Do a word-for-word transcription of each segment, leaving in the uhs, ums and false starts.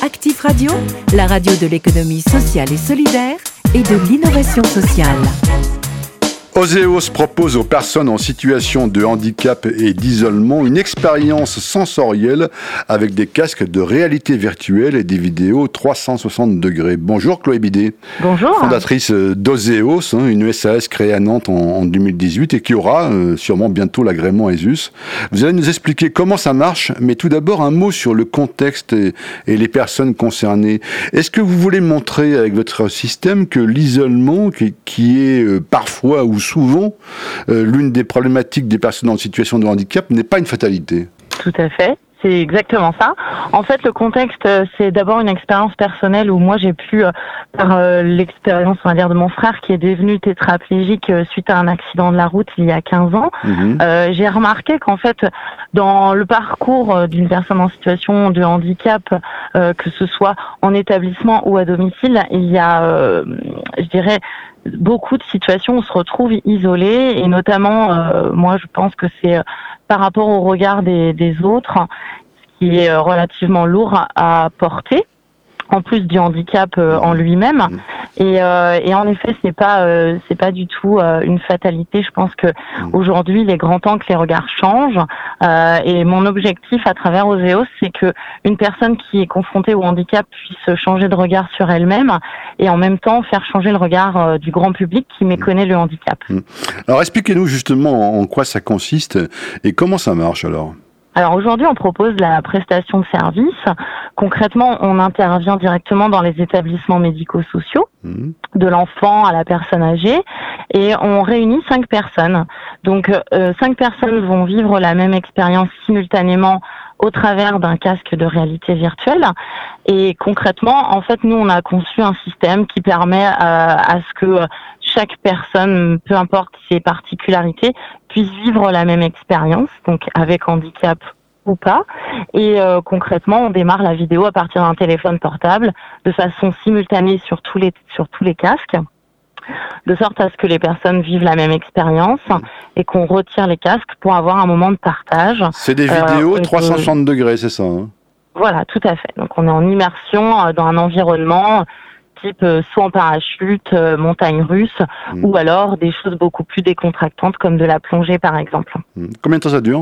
Actif Radio, la radio de l'économie sociale et solidaire et de l'innovation sociale. Oséos propose aux personnes en situation de handicap et d'isolement une expérience sensorielle avec des casques de réalité virtuelle et des vidéos trois cent soixante degrés. Bonjour Chloé Bidet. Bonjour. Fondatrice d'Oséos, hein, une S A S créée à Nantes en, en deux mille dix-huit et qui aura euh, sûrement bientôt l'agrément ESUS. Vous allez nous expliquer comment ça marche, mais tout d'abord un mot sur le contexte et, et les personnes concernées. Est-ce que vous voulez montrer avec votre système que l'isolement, qui, qui est euh, parfois ou souvent, euh, l'une des problématiques des personnes en situation de handicap n'est pas une fatalité? Tout à fait. C'est exactement ça. En fait, le contexte, c'est d'abord une expérience personnelle où moi j'ai pu, euh, par euh, l'expérience, on va dire, de mon frère qui est devenu tétraplégique euh, suite à un accident de la route il y a quinze ans, mmh. euh, j'ai remarqué qu'en fait, dans le parcours euh, d'une personne en situation de handicap, euh, que ce soit en établissement ou à domicile, il y a, euh, je dirais, beaucoup de situations où on se retrouve isolé et notamment, euh, moi je pense que c'est euh, par rapport au regard des, des autres, ce qui est euh, relativement lourd à porter, en plus du handicap euh, en lui-même. Et, euh, et en effet, c'est pas euh, c'est pas du tout euh, une fatalité. Je pense que aujourd'hui, il est grand temps que les regards changent. Euh, et mon objectif à travers Oséos, c'est que une personne qui est confrontée au handicap puisse changer de regard sur elle-même et en même temps faire changer le regard euh, du grand public qui méconnaît le handicap. Alors, expliquez-nous justement en quoi ça consiste et comment ça marche alors. Alors aujourd'hui, on propose la prestation de service. Concrètement, on intervient directement dans les établissements médico-sociaux, mmh. de l'enfant à la personne âgée, et on réunit cinq personnes. Donc, euh, cinq personnes vont vivre la même expérience simultanément au travers d'un casque de réalité virtuelle. Et concrètement, en fait, nous, on a conçu un système qui permet euh, à ce que chaque personne, peu importe ses particularités, puisse vivre la même expérience, donc avec handicap ou pas. Et euh, concrètement, on démarre la vidéo à partir d'un téléphone portable de façon simultanée sur tous les sur tous les casques, de sorte à ce que les personnes vivent la même expérience et qu'on retire les casques pour avoir un moment de partage. C'est des vidéos euh, trois cent soixante degrés, c'est ça, hein? Voilà, tout à fait. Donc on est en immersion euh, dans un environnement type euh, saut en parachute, euh, montagne russe, mmh. ou alors des choses beaucoup plus décontractantes comme de la plongée par exemple. Mmh. Combien de temps ça dure ?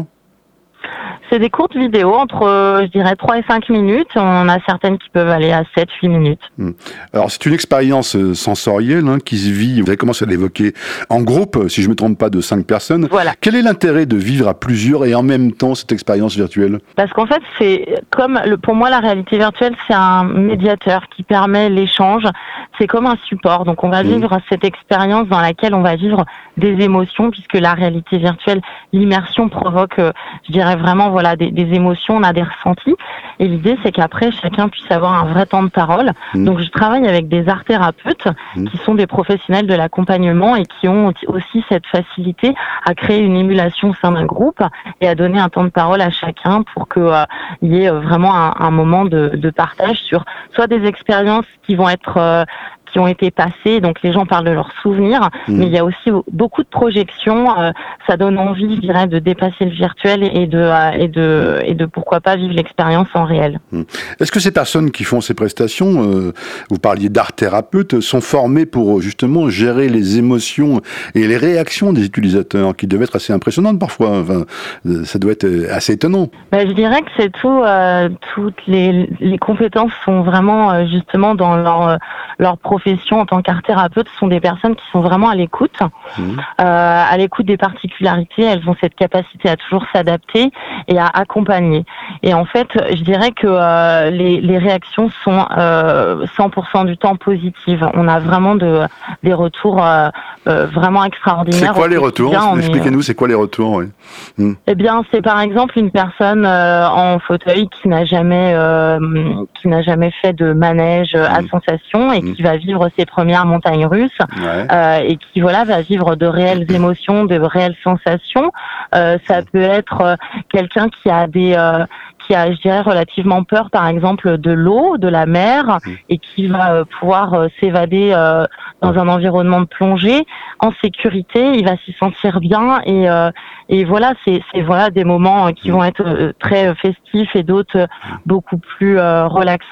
C'est des courtes vidéos entre, euh, je dirais, trois et cinq minutes. On en a certaines qui peuvent aller à sept huit minutes. Mmh. Alors, c'est une expérience euh, sensorielle hein, qui se vit, vous avez commencé à l'évoquer, en groupe, si je ne me trompe pas, de cinq personnes. Voilà. Quel est l'intérêt de vivre à plusieurs et en même temps cette expérience virtuelle ? Parce qu'en fait, c'est comme, le, pour moi, la réalité virtuelle, c'est un médiateur qui permet l'échange. C'est comme un support. Donc, on va mmh. vivre cette expérience dans laquelle on va vivre des émotions, puisque la réalité virtuelle, l'immersion provoque, euh, je dirais vraiment, voilà, des, des émotions, on a des ressentis. Et l'idée, c'est qu'après, chacun puisse avoir un vrai temps de parole. Mmh. Donc, je travaille avec des art thérapeutes mmh. qui sont des professionnels de l'accompagnement et qui ont aussi cette facilité à créer une émulation au sein d'un groupe et à donner un temps de parole à chacun pour qu'il euh, y ait vraiment un, un moment de, de partage sur soit des expériences qui vont être euh, qui ont été passées, donc les gens parlent de leurs souvenirs, mmh. mais il y a aussi beaucoup de projections, euh, ça donne envie, je dirais, de dépasser le virtuel et de, euh, et de, et de pourquoi pas vivre l'expérience en réel. Mmh. Est-ce que ces personnes qui font ces prestations, euh, vous parliez d'art thérapeute, sont formées pour justement gérer les émotions et les réactions des utilisateurs, qui doivent être assez impressionnantes parfois, enfin, ça doit être assez étonnant. Ben, je dirais que c'est tout, euh, toutes les, les compétences sont vraiment euh, justement dans leur, euh, leur profession en tant qu'art thérapeute, sont des personnes qui sont vraiment à l'écoute, mmh. euh, à l'écoute des particularités. Elles ont cette capacité à toujours s'adapter et à accompagner. Et en fait, je dirais que euh, les, les réactions sont euh, cent pour cent du temps positives. On a vraiment de, des retours euh, euh, vraiment extraordinaires. C'est quoi les retours ? Expliquez-nous, c'est quoi les retours oui. mmh. Eh bien, c'est par exemple une personne euh, en fauteuil qui n'a jamais, euh, qui n'a jamais fait de manège mmh. à sensation et mmh. qui va vivre ses premières montagnes russes ouais. euh, et qui voilà va vivre de réelles émotions, de réelles sensations. Euh, ça peut être euh, quelqu'un qui a des euh, qui a, je dirais, relativement peur, par exemple, de l'eau, de la mer, et qui va euh, pouvoir euh, s'évader euh, dans un environnement de plongée en sécurité. Il va s'y sentir bien et euh, et voilà, c'est c'est voilà des moments qui vont être euh, très festifs et d'autres euh, beaucoup plus euh, relaxants.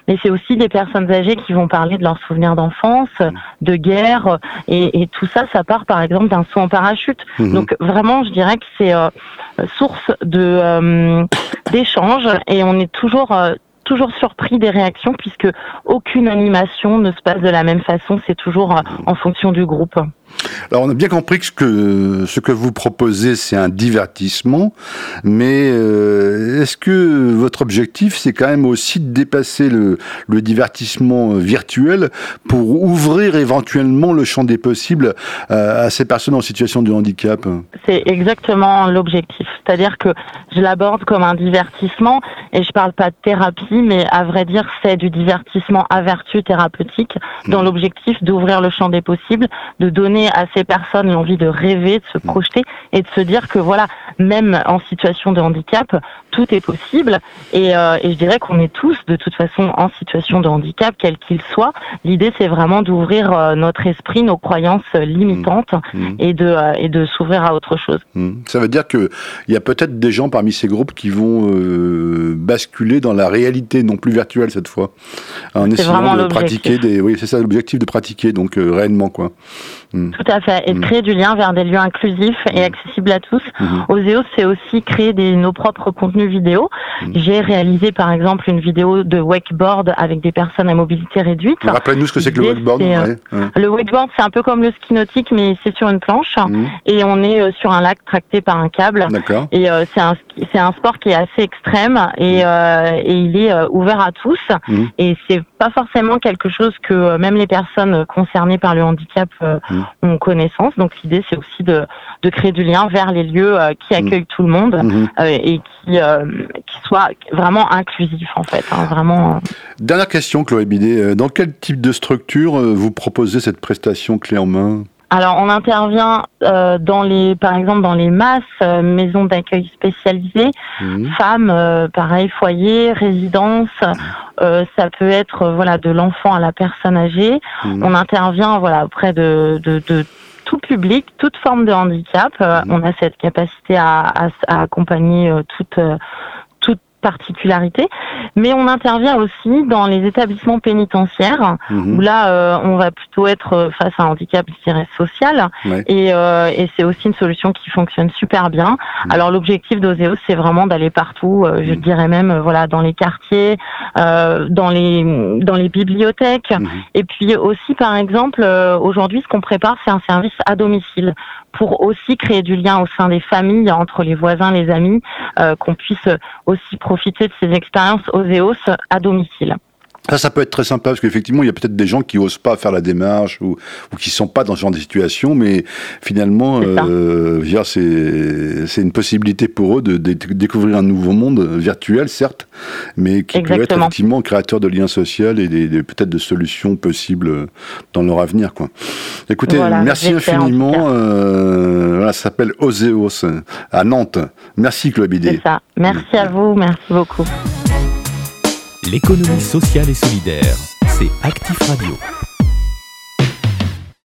mais c'est aussi des personnes âgées qui vont parler de leurs souvenirs d'enfance, de guerre, et, et tout ça, ça part par exemple d'un saut en parachute. Mmh. Donc vraiment, je dirais que c'est euh, source de euh, d'échanges, et on est toujours euh, toujours surpris des réactions, puisque aucune animation ne se passe de la même façon, c'est toujours euh, en fonction du groupe. Alors on a bien compris que ce que, ce que vous proposez, c'est un divertissement, mais euh, est-ce que votre objectif, c'est quand même aussi de dépasser le, le divertissement virtuel pour ouvrir éventuellement le champ des possibles à, à ces personnes en situation de handicap? C'est exactement l'objectif, c'est-à-dire que je l'aborde comme un divertissement, et je parle pas de thérapie, mais à vrai dire, c'est du divertissement à vertu thérapeutique, dans mmh. l'objectif d'ouvrir le champ des possibles, de donner à ces personnes l'envie de rêver, de se projeter et de se dire que voilà, même en situation de handicap, tout est possible. Et, euh, et je dirais qu'on est tous de toute façon en situation de handicap, quel qu'il soit. L'idée, c'est vraiment d'ouvrir euh, notre esprit, nos croyances limitantes mmh. et de euh, et de s'ouvrir à autre chose. Mmh. Ça veut dire que il y a peut-être des gens parmi ces groupes qui vont euh, basculer dans la réalité, non plus virtuelle cette fois, en c'est essayant de l'objectif. pratiquer des. Oui, c'est ça l'objectif, de pratiquer donc euh, réellement quoi. Mmh. Tout à fait, et de créer mmh. du lien vers des lieux inclusifs et mmh. accessibles à tous. Mmh. Oséos, c'est aussi créer des, nos propres contenus vidéo. Mmh. J'ai réalisé par exemple une vidéo de wakeboard avec des personnes à mobilité réduite. Rappelez-nous ce que c'est que le wakeboard. C'est, ouais, ouais. Le wakeboard, c'est un peu comme le ski nautique, mais c'est sur une planche mmh. et on est euh, sur un lac tracté par un câble. D'accord. Et euh, c'est un c'est un sport qui est assez extrême et, mmh. euh, et il est euh, ouvert à tous. Mmh. Et c'est pas forcément quelque chose que euh, même les personnes concernées par le handicap euh, mmh. ont connaissance. Donc l'idée, c'est aussi de, de créer du lien vers les lieux euh, qui accueillent mmh. tout le monde mmh. euh, et qui, euh, qui soient vraiment inclusifs en fait. Hein, vraiment. Dernière question, Chloé Bidet. Dans quel type de structure euh, vous proposez cette prestation clé en main ? Alors, on intervient euh, dans les, par exemple, dans les masses, euh, maisons d'accueil spécialisées, mmh. femmes, euh, pareil, foyer, résidence. Euh, ça peut être, euh, voilà, de l'enfant à la personne âgée. Mmh. On intervient, voilà, auprès de, de, de tout public, toute forme de handicap. Euh, mmh. On a cette capacité à, à, à accompagner euh, toute, euh, toute particularité, mais on intervient aussi dans les établissements pénitentiaires mmh. où là euh, on va plutôt être face à un handicap, je dirais, social, ouais. et, euh, et c'est aussi une solution qui fonctionne super bien. Mmh. Alors l'objectif d'Oséos, c'est vraiment d'aller partout, euh, je mmh. dirais même euh, voilà, dans les quartiers, euh, dans les dans les bibliothèques, mmh. et puis aussi par exemple euh, aujourd'hui ce qu'on prépare, c'est un service à domicile pour aussi créer du lien au sein des familles, entre les voisins, les amis, euh, qu'on puisse aussi profiter de ces expériences Oséos à domicile. Ça, ça peut être très sympa, parce qu'effectivement, il y a peut-être des gens qui osent pas faire la démarche, ou, ou qui sont pas dans ce genre de situation, mais finalement, c'est, euh, dire, c'est, c'est une possibilité pour eux de, de, de découvrir un nouveau monde virtuel, certes, mais qui Exactement. peut être effectivement créateur de liens sociaux et des, des, peut-être de solutions possibles dans leur avenir, quoi. Écoutez, voilà, merci infiniment. Euh, voilà, ça s'appelle Oséos à Nantes. Merci, Chloé Bidet. C'est ça. Merci mmh. à vous. Merci beaucoup. L'économie sociale et solidaire, c'est Actif Radio.